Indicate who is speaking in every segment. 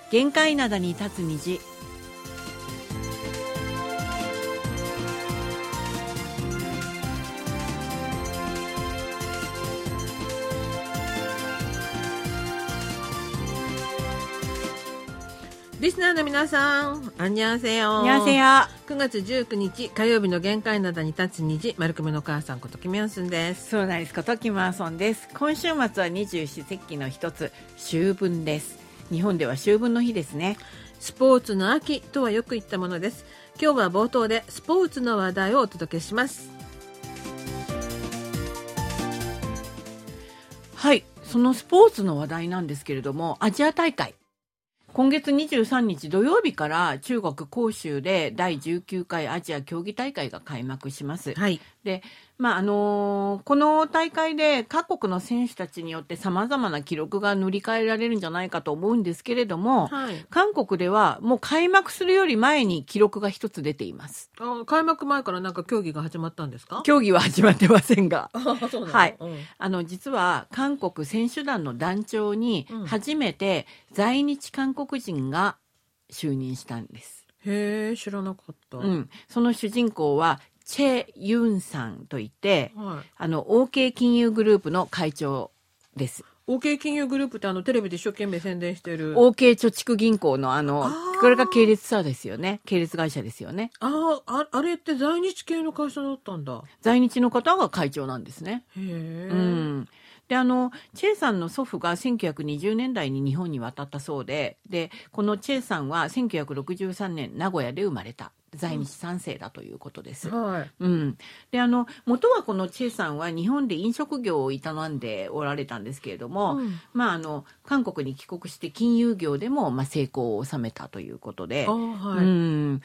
Speaker 1: 限界灘に立つ虹。
Speaker 2: リスナーの皆さん、アンニャンセヨ。
Speaker 1: アンニャンセヨ。
Speaker 2: 9月19日火曜日の限界灘に立つ虹、丸亀の母さんことキミョンスンです。
Speaker 1: そうなんですことキマーソンです。今週末は二十四節気の一つ、秋分です。日本では秋分の日ですね。
Speaker 2: スポーツの秋とはよく言ったものです。今日は冒頭でスポーツの話題をお届けします。
Speaker 1: はい、そのスポーツの話題なんですけれども、アジア大会。今月23日土曜日から中国広州で第19回アジア競技大会が開幕します。
Speaker 2: はい。
Speaker 1: で、この大会で各国の選手たちによって様々な記録が塗り替えられるんじゃないかと思うんですけれども、
Speaker 2: はい、
Speaker 1: 韓国ではもう開幕するより前に記録が一つ出ています。
Speaker 2: 開幕前からなんか競技が始まったんですか？
Speaker 1: 競技は始まってませんが。
Speaker 2: そうなの？
Speaker 1: はい、
Speaker 2: うん、
Speaker 1: 実は韓国選手団の団長に初めて在日韓国人が就任したんです。
Speaker 2: へえ、知らなかった。
Speaker 1: その主人公はチェ・ユンさんといって、
Speaker 2: はい、
Speaker 1: OK 金融グループの会長です。
Speaker 2: OK 金融グループってテレビで一生懸命宣伝してる
Speaker 1: OK 貯蓄銀行のこれが系列サーですよね。系列会社ですよね。
Speaker 2: あれって在日系の会社だったんだ。
Speaker 1: 在日の方が会長なんですね。
Speaker 2: へえ。
Speaker 1: でチェイさんの祖父が1920年代に日本に渡ったそうで、このチェイさんは1963年名古屋で生まれた在日3世だということです。
Speaker 2: はい。
Speaker 1: で元はこのチェイさんは日本で飲食業を営んでおられたんですけれども、韓国に帰国して金融業でも成功を収めたということで、
Speaker 2: はい、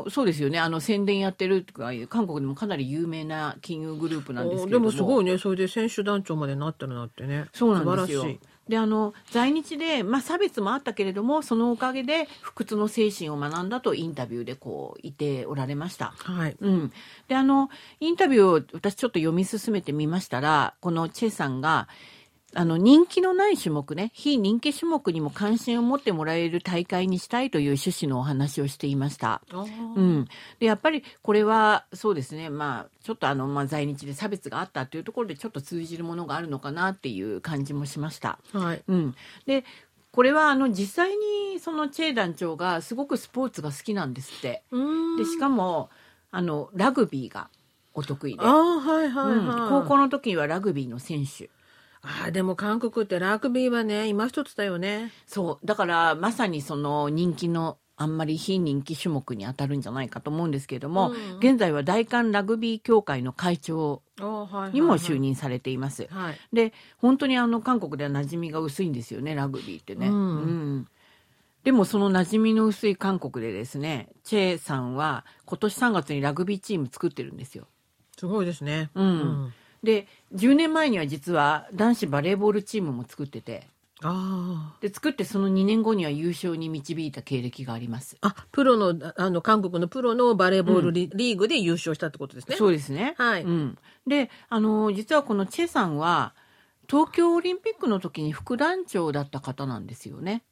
Speaker 1: そうですよね。宣伝やってるとか韓国でもかなり有名な金融グループなんですけれども、
Speaker 2: でもすごいね。それで選手団長までなってるなってね。
Speaker 1: そうなんですよ。
Speaker 2: 素晴らしい。
Speaker 1: で在日で、差別もあったけれども、そのおかげで不屈の精神を学んだとインタビューで言っておられました。
Speaker 2: はい。
Speaker 1: でインタビューを私ちょっと読み進めてみましたら、このチェさんが人気のない種目ね、非人気種目にも関心を持ってもらえる大会にしたいという趣旨のお話をしていました。でやっぱりこれはそうですね、ちょっと在日で差別があったというところでちょっと通じるものがあるのかなっていう感じもしました。
Speaker 2: はい。
Speaker 1: でこれは実際にそのチェ団長がすごくスポーツが好きなんですって。でしかもラグビーがお得意で、高校の時にはラグビーの選手。
Speaker 2: でも韓国ってラグビーはね、今一つだよね。
Speaker 1: そうだからまさにその人気のあんまり非人気種目に当たるんじゃないかと思うんですけれども、現在は大韓ラグビー協会の会長にも就任されています。で本当に韓国では馴染みが薄いんですよね、ラグビーってね。でもその馴染みの薄い韓国でですね、チェさんは今年3月にラグビーチーム作ってるんですよ。
Speaker 2: すごいですね。
Speaker 1: で10年前には実は男子バレーボールチームも作ってて、で作ってその2年後には優勝に導いた経歴があります。
Speaker 2: プロの韓国のプロのバレーボールリーグで優勝したってことですね。
Speaker 1: そうですね。
Speaker 2: はい。
Speaker 1: で実はこのチェさんは東京オリンピックの時に副団長だった方なんですよね。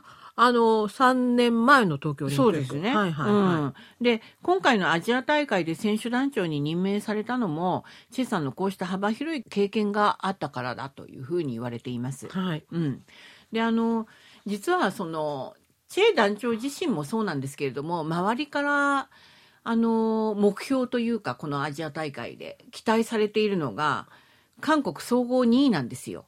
Speaker 2: 3年前の東京オリンピック。
Speaker 1: そうですね。で今回のアジア大会で選手団長に任命されたのもチェさんのこうした幅広い経験があったからだというふうに言われています。で実はそのチェ団長自身もそうなんですけれども、周りから目標というかこのアジア大会で期待されているのが韓国総合2位なんですよ。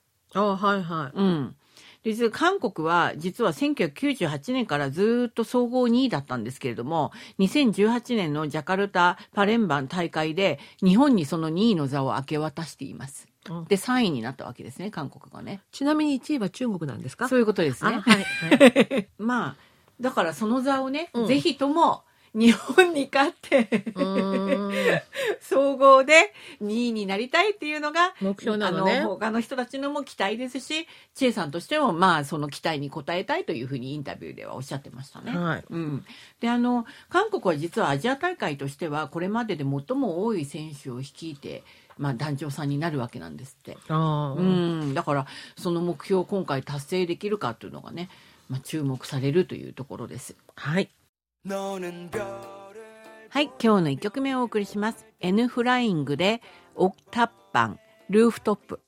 Speaker 1: で韓国は実は1998年からずっと総合2位だったんですけれども、2018年のジャカルタパレンバン大会で日本にその2位の座を明け渡しています。で3位になったわけですね、韓国がね。
Speaker 2: ちなみに1位は中国なんですか？
Speaker 1: そういうことですね。だからその座をね、ぜひとも日本に勝って総合で2位になりたいっていうのが
Speaker 2: 目標なのね。
Speaker 1: 他の人たちのも期待ですし、チェさんとしてもその期待に応えたいというふうにインタビューではおっしゃってましたね。で韓国は実はアジア大会としてはこれまでで最も多い選手を率いて団長さんになるわけなんですって。だからその目標を今回達成できるかっていうのがね、 注目されるというところです。
Speaker 2: はい。
Speaker 1: はい、今日の1曲目をお送りします。Nフライングでオクタッパンルーフトップ。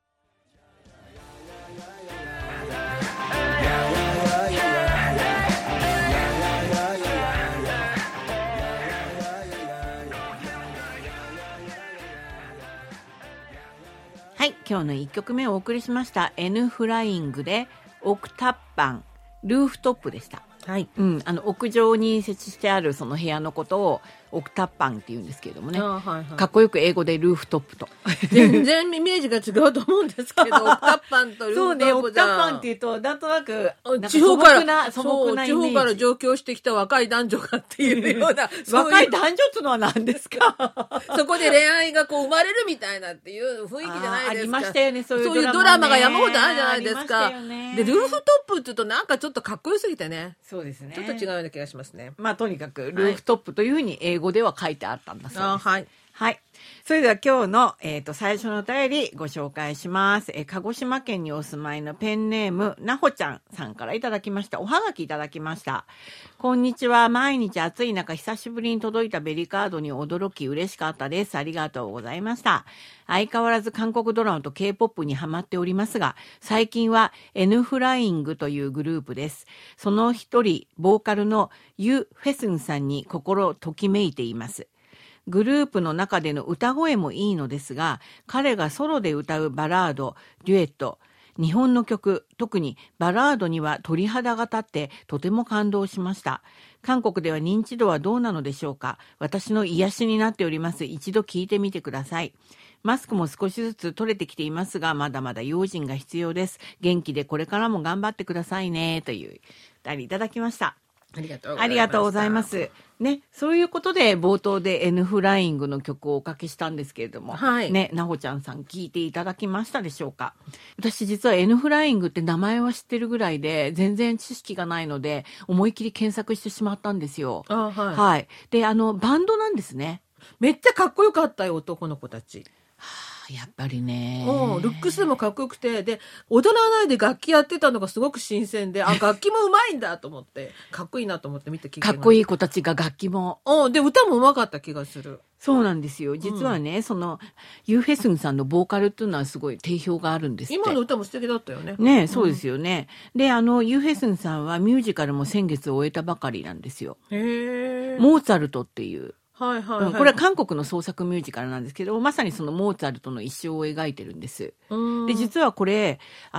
Speaker 1: はい、今日の1曲目をお送りしました。Nフライングでオクタッパンルーフトップでした。
Speaker 2: はい。
Speaker 1: 屋上に設置してあるその部屋のことをオクタッパンって言うんですけれどもね、
Speaker 2: はいはい、
Speaker 1: かっこよく英語でルーフトップと
Speaker 2: 全然イメージが違うと思うんですけどオクタッパンとルーフトップ
Speaker 1: そうね、オクタッパンっていうとなんとなく
Speaker 2: 地方から
Speaker 1: 素朴なイメージ、
Speaker 2: 地方から上京してきた若い男女がっていうような
Speaker 1: 若い男女ってのは何ですか
Speaker 2: そこで恋愛がこう生まれるみたいなっていう雰囲気じゃないですか。
Speaker 1: ありましたよね、そういう
Speaker 2: ドラマが山ほどあるじゃないですか。
Speaker 1: ね、
Speaker 2: でルーフトップって言うとなんかちょっとかっこよすぎてね。
Speaker 1: そうですね、
Speaker 2: ちょっと違うような気がしますね。
Speaker 1: とにかくルーフトップというふうに英語では書いてあったんだそうです。
Speaker 2: はい。
Speaker 1: はい。それでは今日の、最初のお便りご紹介します。鹿児島県にお住まいのペンネームなほちゃんさんからいただきました。おはがきいただきました。こんにちは。毎日暑い中久しぶりに届いたベリカードに驚き嬉しかったです。ありがとうございました。相変わらず韓国ドラマと K-POP にハマっておりますが、最近は N フライングというグループです。その一人、ボーカルのユ・フェスンさんに心ときめいています。グループの中での歌声もいいのですが、彼がソロで歌うバラード、デュエット、日本の曲、特にバラードには鳥肌が立ってとても感動しました。韓国では認知度はどうなのでしょうか。私の癒しになっております。一度聞いてみてください。マスクも少しずつ取れてきていますが、まだまだ用心が必要です。元気でこれからも頑張ってくださいね。というお便りいただきました。
Speaker 2: ありがとうございます。
Speaker 1: ね、そういうことで冒頭で N フライングの曲をおかけしたんですけれども、
Speaker 2: はい、
Speaker 1: ね、なほちゃんさん聞いていただきましたでしょうか。私実は N フライングって名前は知ってるぐらいで全然知識がないので思い切り検索してしまったんですよ。はい。で、バンドなんですね。
Speaker 2: めっちゃかっこよかったよ、男の子たち。
Speaker 1: やっぱりね、
Speaker 2: ルックスもかっこよくて、で踊らないで楽器やってたのがすごく新鮮で、楽器もうまいんだと思ってかっこいいなと思って見て聞いて、
Speaker 1: かっこいい子たちが楽器も
Speaker 2: で歌もうまかった気がする。
Speaker 1: そうなんですよ。実はね、そのユーフェスンさんのボーカルっていうのはすごい定評があるんですって。
Speaker 2: 今の歌も素敵だったよね。
Speaker 1: ね、そうですよね。で、ユーフェスンさんはミュージカルも先月終えたばかりなんですよ。モーツァルトっていう。
Speaker 2: こ
Speaker 1: れは韓国の創作ミュージカルなんですけど、まさにそのモーツァルトの一生を描いてるんです。で、実はこれ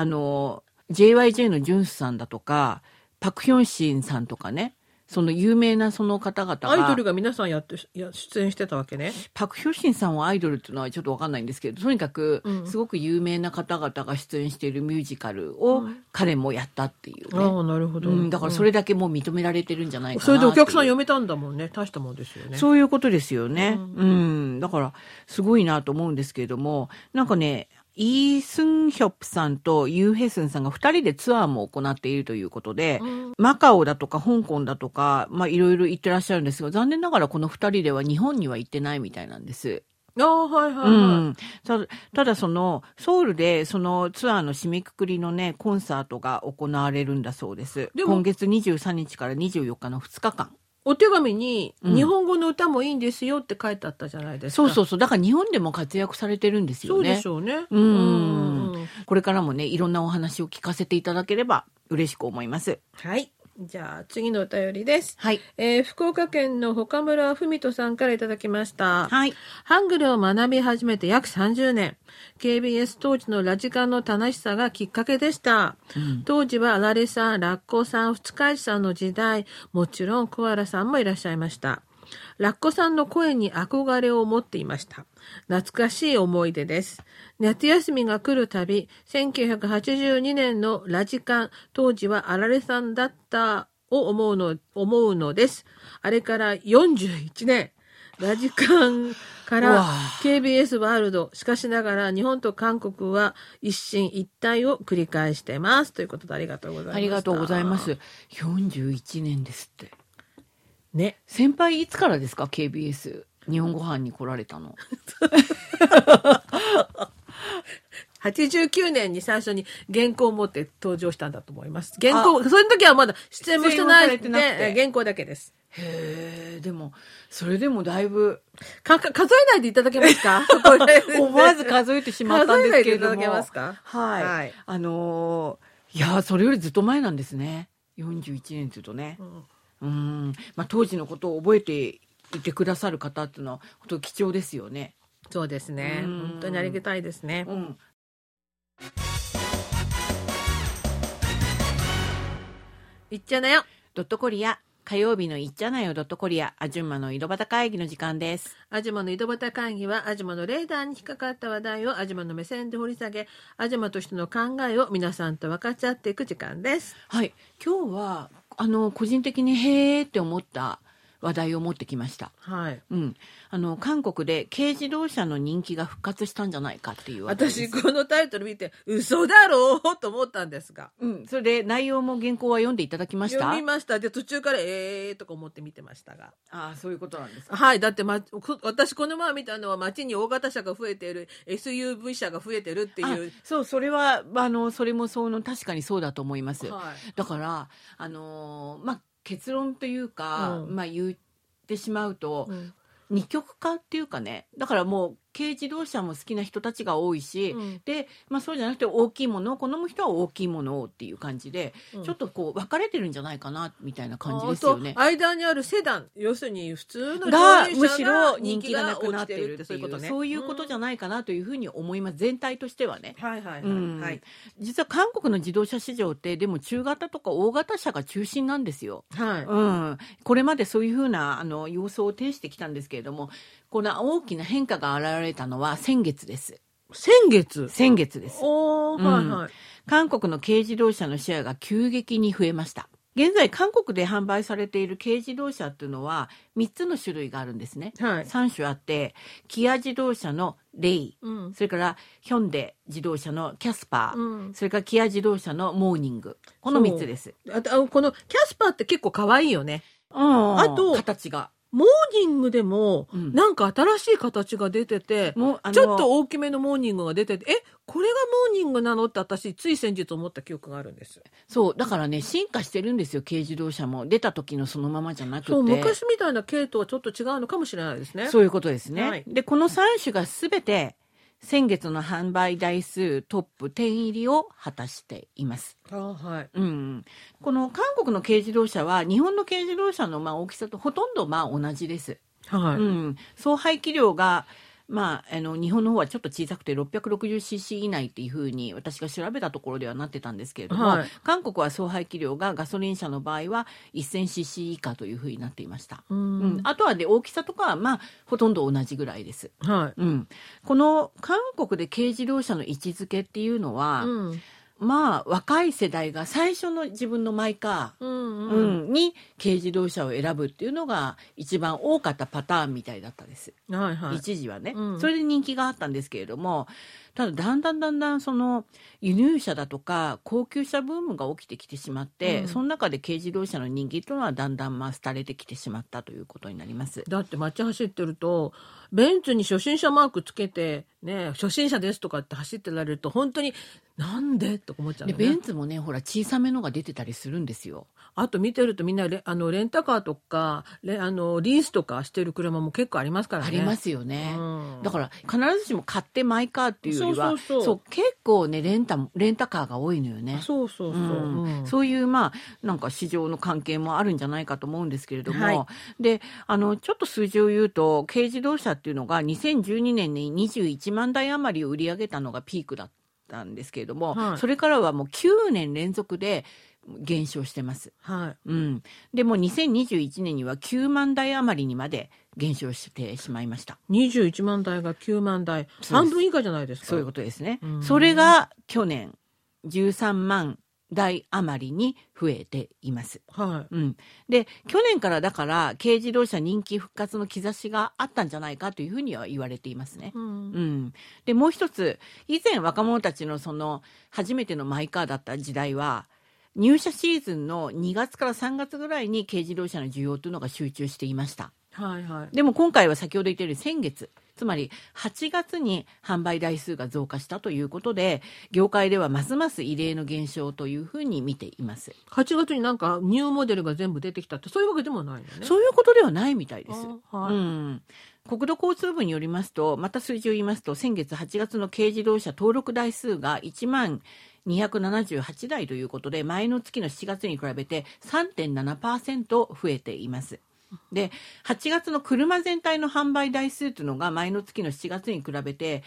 Speaker 1: JYJ のジュンスさんだとかパクヒョンシンさんとかね、その有名なその方々が
Speaker 2: アイドルが皆さん出演してたわけね。
Speaker 1: パクヒョンシンさんはアイドルっていうのはちょっと分かんないんですけど、とにかくすごく有名な方々が出演しているミュージカルを彼もやったっていうね。
Speaker 2: なるほど。
Speaker 1: だからそれだけもう認められてるんじゃないかな。
Speaker 2: それでお客さん読めたんだもんね。大したもんですよね。
Speaker 1: そういうことですよね。だからすごいなと思うんですけれども、なんかね、イースンヒョップさんとユーヘスンさんが2人でツアーも行っているということで、マカオだとか香港だとか、いろいろ行ってらっしゃるんですが、残念ながらこの2人では日本には行ってないみたいなんです。ただそのソウルでそのツアーの締めくくりのねコンサートが行われるんだそうです。今月23日から24日の2日間。
Speaker 2: お手紙に日本語の歌もいいんですよって書いてあったじゃないですか。
Speaker 1: そう。だから日本でも活躍されてるんですよね。
Speaker 2: そうでしょうね。
Speaker 1: これからもね、いろんなお話を聞かせていただければ嬉しく思います。
Speaker 2: はい。じゃあ次のお便りです。
Speaker 1: はい。
Speaker 2: 福岡県の岡村文人さんからいただきました。
Speaker 1: はい。
Speaker 2: ハングルを学び始めて約30年。KBS 当時のラジカンの楽しさがきっかけでした。当時はあられさん、ラッコさん、二日市さんの時代、もちろんコアラさんもいらっしゃいました。ラッコさんの声に憧れを持っていました。懐かしい思い出です。夏休みが来るたび、1982年のラジカン、当時はあられさんだったを思うのです。あれから41年。ラジカンから KBS ワールド。しかしながら日本と韓国は一進一退を繰り返してます。ということでありがとうございます。
Speaker 1: ありがとうございます。41年ですって。
Speaker 2: ね。
Speaker 1: 先輩いつからですか KBS 日本ご飯に来られたの
Speaker 2: 89年に最初に原稿を持って登場したんだと思います。その時はまだ出演もしてないで、原稿だけです。
Speaker 1: へえ、でも、それでもだいぶ。
Speaker 2: 数えないでいただけますか？
Speaker 1: 思わず数えてしまったんですけれども。
Speaker 2: 数えないでいただけますか？
Speaker 1: はい。いや、それよりずっと前なんですね。41年というとね。まあ、当時のことを覚えていてくださる方っていうのは、本当貴重ですよね。
Speaker 2: そうですね。本当にありがたいですね。いっちゃなよ。
Speaker 1: ドットコリア。火曜日のいっちゃなよドットコリア、アジュンマの井戸端会議の時間です。
Speaker 2: アジュマの井戸端会議は、アジュマのレーダーに引っかかった話題をアジュマの目線で掘り下げ、アジュマとしての考えを皆さんと分かち合っていく時間です。
Speaker 1: はい。今日は、個人的にへーって思った話題を持ってきました。
Speaker 2: はい。
Speaker 1: 韓国で軽自動車の人気が復活したんじゃないかっていう話題です。
Speaker 2: 私このタイトル見て嘘だろうと思ったんですが、
Speaker 1: それで内容も原稿は読んでいただきました？
Speaker 2: 読みました。で途中からとか思って見てましたが、
Speaker 1: そういうことなんですか。
Speaker 2: はい。だって、私この前見たのは街に大型車が増えている、 SUV 車が増えてるっていう。
Speaker 1: そう、それはそれも確かにそうだと思います。
Speaker 2: はい、
Speaker 1: だから結論というか、言ってしまうと、二極化っていうかね、だからもう軽自動車も好きな人たちが多いし、で、そうじゃなくて大きいものを好む人は大きいものをっていう感じで、ちょっとこう分かれてるんじゃないかなみたいな感じですよね。
Speaker 2: 間にあるセダン、要するに普通の
Speaker 1: がむしろ人気がなくなってるっていう、そういうことじゃないかなというふうに思います。全体としてはね。実は韓国の自動車市場ってでも中型とか大型車が中心なんですよ。これまでそういうふうな様相を呈してきたんですけれども、この大きな変化が現れたのは先月です。
Speaker 2: 先月
Speaker 1: です。
Speaker 2: 韓
Speaker 1: 国の軽自動車のシェアが急激に増えました。現在韓国で販売されている軽自動車っていうのは3つの種類があるんですね。3種あって、キア自動車のレイ、それからヒョンデ自動車のキャスパー、それからキア自動車のモーニング、この3つです。
Speaker 2: このキャスパーって結構可愛いよね。
Speaker 1: あと形が
Speaker 2: モーニングでも、なんか新しい形が出てて、ちょっと大きめのモーニングが出てて、これがモーニングなのって私、つい先日思った記憶があるんです。
Speaker 1: そう、だからね、進化してるんですよ、軽自動車も。出た時のそのままじゃなくて。そう、
Speaker 2: 昔みたいな軽とはちょっと違うのかもしれないですね。
Speaker 1: そういうことですね。で、この3種がすべて、先月の販売台数トップ10入りを果たしています。この韓国の軽自動車は日本の軽自動車の大きさとほとんど同じです。総排気量が日本の方はちょっと小さくて 660cc 以内っていうふうに私が調べたところではなってたんですけれども、韓国は総排気量がガソリン車の場合は 1000cc 以下というふうになっていました。あとは大きさとかはほとんど同じぐらいです。この韓国で軽自動車の位置づけっていうのは、若い世代が最初の自分のマイカーに軽自動車を選ぶっていうのが一番多かったパターンみたいだったです。一時はね、それで人気があったんですけれども、ただだんだんその輸入車だとか高級車ブームが起きてきてしまって、その中で軽自動車の人気というのはだんだん廃れてきてしまったということになります。
Speaker 2: だって街走ってるとベンツに初心者マークつけてね、初心者ですとかって走ってられると本当になんでと思っちゃう、ね、
Speaker 1: でベンツもね、ほら小さめのが出てたりするんですよ。
Speaker 2: あと見てるとみんなレンタカーとかリースとかしてる車も結構ありますからね。
Speaker 1: ありますよね。だから必ずしも買ってマイカーっていうよりは、そう結構ねレンタカーが多いのよね。そういうなんか市場の関係もあるんじゃないかと思うんですけれども、でちょっと数字を言うと軽自動車っていうのが2012年に21万台余りを売り上げたのがピークだったんですけれども、それからはもう9年連続で減少してます。でも2021年には9万台余りにまで減少してしまいました。
Speaker 2: 21万台が9万台、半分以下じゃないですか。
Speaker 1: そういうことですね。それが去年13万台余りに増えています。で去年からだから軽自動車人気復活の兆しがあったんじゃないかというふうには言われていますね。でもう一つ、以前若者たちのその初めてのマイカーだった時代は入社シーズンの2月から3月ぐらいに軽自動車の需要というのが集中していました。
Speaker 2: はいはい、
Speaker 1: でも今回は先ほど言ったように先月、つまり8月に販売台数が増加したということで、業界ではますます異例の減少というふうに見ています。
Speaker 2: 8月になんかニューモデルが全部出てきたってそういうわけでもないのね。
Speaker 1: そういうことではないみたいです。
Speaker 2: はい、
Speaker 1: 国土交通部によりますと、また数字を言いますと、先月8月の軽自動車登録台数が1万278台ということで、前の月の7月に比べて 3.7% 増えています。で、8月の車全体の販売台数というのが前の月の7月に比べて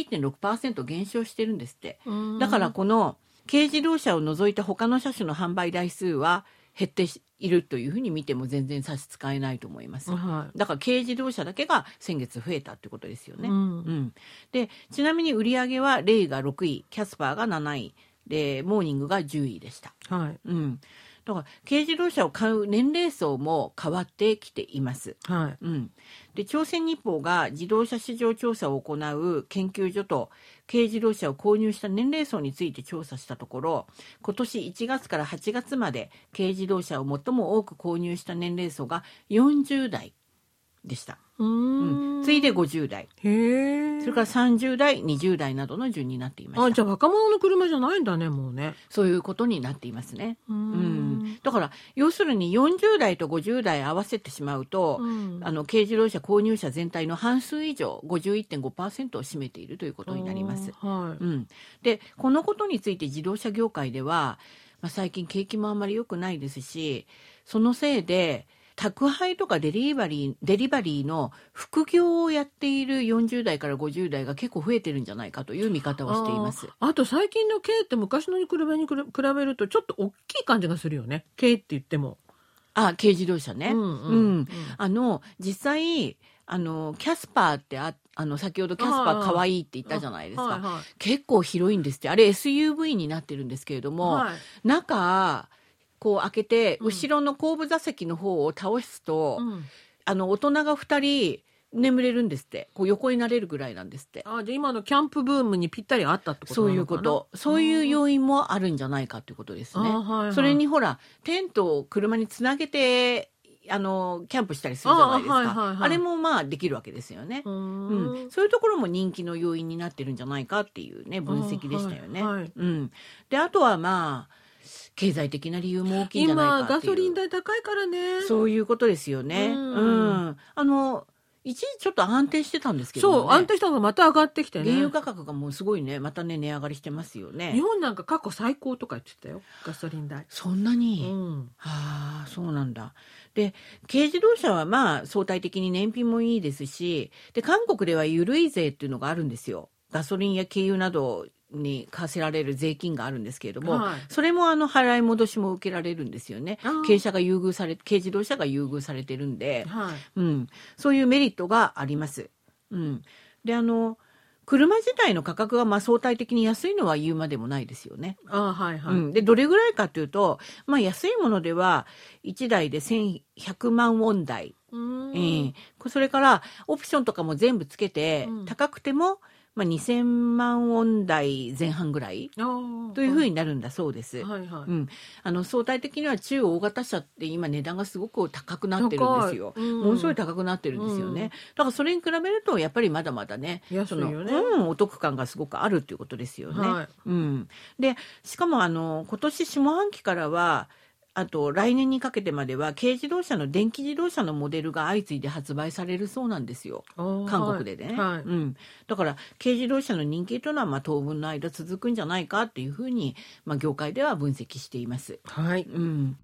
Speaker 1: 11.6% 減少してるんですって。だからこの軽自動車を除いた他の車種の販売台数は減っているというふうに見ても全然差し支えないと思います。
Speaker 2: はい、
Speaker 1: だから軽自動車だけが先月増えたってことですよね。で、ちなみに売り上げはレイが6位、キャスパーが7位で、モーニングが10位でした。
Speaker 2: はい、
Speaker 1: だから軽自動車を買う年齢層も変わってきています。
Speaker 2: はい、
Speaker 1: で、朝鮮日報が自動車市場調査を行う研究所と軽自動車を購入した年齢層について調査したところ、今年1月から8月まで軽自動車を最も多く購入した年齢層が40代でした。次いで50代、それから30代、20代などの順になっていました。
Speaker 2: じゃあ若者の車じゃないんだね、もうね。
Speaker 1: そういうことになっていますね。だから要するに40代と50代合わせてしまうと、軽自動車購入者全体の半数以上 51.5% を占めているということになります。で、このことについて自動車業界では、最近景気もあんまり良くないですし、そのせいで宅配とかデリバリーの副業をやっている40代から50代が結構増えてるんじゃないかという見方をしています。
Speaker 2: あと最近の軽って昔の車に比べるとちょっと大きい感じがするよね。軽って言っても。
Speaker 1: 軽自動車ね。実際キャスパーって先ほどキャスパー可愛いって言ったじゃないですか。結構広いんですって。あれ SUV になってるんですけれども、中こう開けて、後ろの後部座席の方を倒すと、大人が2人眠れるんですって。こう横になれるぐらいなんですって。
Speaker 2: じゃあ今のキャンプブームにぴったりあったってことなのかな。
Speaker 1: そういうこと。そういう要因もあるんじゃないかということですね。それにほら、テントを車につなげて、キャンプしたりするじゃないですか。あれもできるわけですよね。そういうところも人気の要因になってるんじゃないかっていうね、分析でしたよね。で、あとは経済的な理由も大きいんじゃないかっていう。
Speaker 2: 今ガソリン代高いからね。
Speaker 1: そういうことですよね。一時ちょっと安定してたんですけどね。
Speaker 2: そう、安定したのがまた上がってきてね。
Speaker 1: 原油価格がもうすごいね、またね、値上がりしてますよね。
Speaker 2: 日本なんか過去最高とか言ってたよ、ガソリン代。
Speaker 1: そんなに、そうなんだ。で、軽自動車は相対的に燃費もいいですし、で、韓国では緩い税っていうのがあるんですよ。ガソリンや軽油などに課せられる税金があるんですけれども、それも払い戻しも受けられるんですよね。軽自動車が優遇されてるんで、そういうメリットがあります。で、車自体の価格が相対的に安いのは言うまでもないですよね。で、どれぐらいかというと、安いものでは1台で1100万ウォン台、それからオプションとかも全部つけて、高くても2000万ウォン台前半ぐらいというふうになるんだそうです。相対的には中大型車って今値段がすごく高くなってるんですよ。ものすごい高くなってるんですよね。だからそれに比べるとやっぱりまだまだね、お得感がすごくあるっていうことですよね。で、しかも今年下半期からはあと来年にかけてまでは軽自動車の電気自動車のモデルが相次いで発売されるそうなんですよ、韓国でね。だから軽自動車の人気というのは当分の間続くんじゃないかっていうふうに、業界では分析しています。はい、今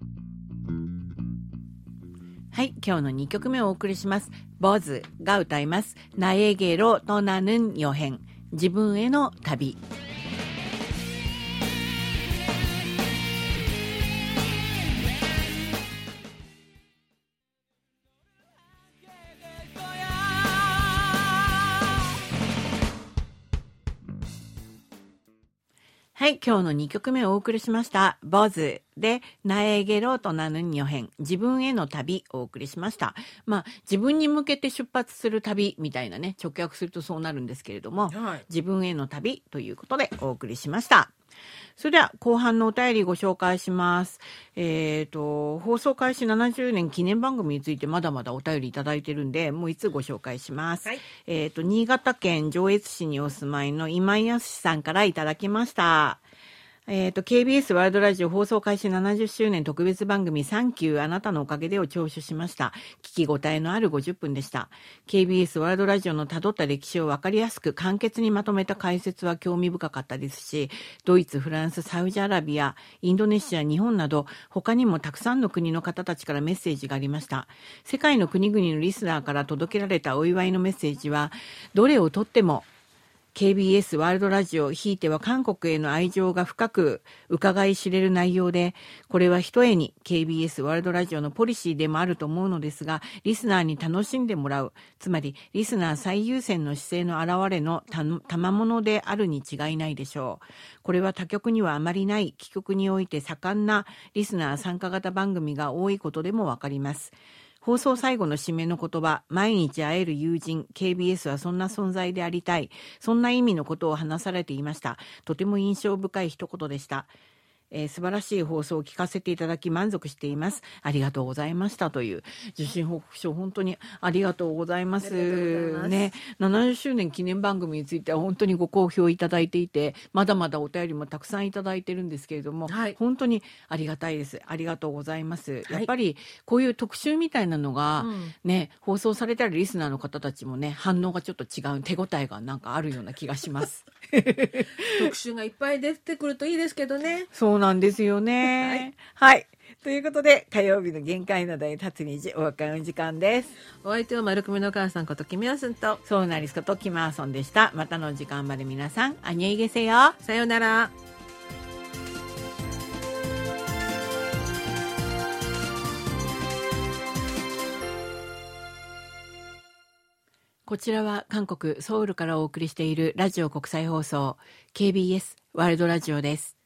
Speaker 1: 日の2曲目をお送りします。ボズが歌います나에게로 떠나는 여행、自分への旅。今日の2曲目をお送りしました。ボズで나에게로 떠나는 여행、自分への旅をお送りしました。自分に向けて出発する旅みたいなね、直訳するとそうなるんですけれども、自分への旅ということでお送りしました。それでは後半のお便りご紹介します。放送開始70年記念番組についてまだまだお便りいただいてるんで、もう一つご紹介します。新潟県上越市にお住まいの今井康さんからいただきました。KBS ワールドラジオ放送開始70周年特別番組サンキューあなたのおかげでを聴取しました。聞き応えのある50分でした。KBS ワールドラジオの辿った歴史をわかりやすく簡潔にまとめた解説は興味深かったですし、ドイツ、フランス、サウジアラビア、インドネシア、日本など他にもたくさんの国の方たちからメッセージがありました。世界の国々のリスナーから届けられたお祝いのメッセージは、どれをとってもKBS ワールドラジオ、ひいては韓国への愛情が深く伺い知れる内容で、これはひとえに KBS ワールドラジオのポリシーでもあると思うのですが、リスナーに楽しんでもらう、つまりリスナー最優先の姿勢の表れの賜物であるに違いないでしょう。これは他局にはあまりない、貴局において盛んなリスナー参加型番組が多いことでもわかります。放送最後の締めの言葉、毎日会える友人、KBS はそんな存在でありたい。そんな意味のことを話されていました。とても印象深い一言でした。素晴らしい放送を聞かせていただき満足しています。ありがとうございましたという受信報告書、本当にありがとうございます。ね、70周年記念番組については本当にご好評いただいていて、まだまだお便りもたくさんいただいてるんですけれども、本当にありがたいです。ありがとうございます。やっぱりこういう特集みたいなのがね、放送されたりリスナーの方たちもね、反応がちょっと違う、手応えがなんかあるような気がします。
Speaker 2: 特集がいっぱい出てくるといいですけどね。
Speaker 1: そうなんですよね。はい。ということで、火曜日の限界などに立つ日、お別れの時間です。
Speaker 2: お相手は丸組の母さんことキミワスンと、
Speaker 1: そうなりすことキマーソンでした。またの時間まで皆さん、アニェイゲセよ。
Speaker 2: さようなら。
Speaker 1: こちらは韓国ソウルからお送りしているラジオ国際放送 KBS ワールドラジオです。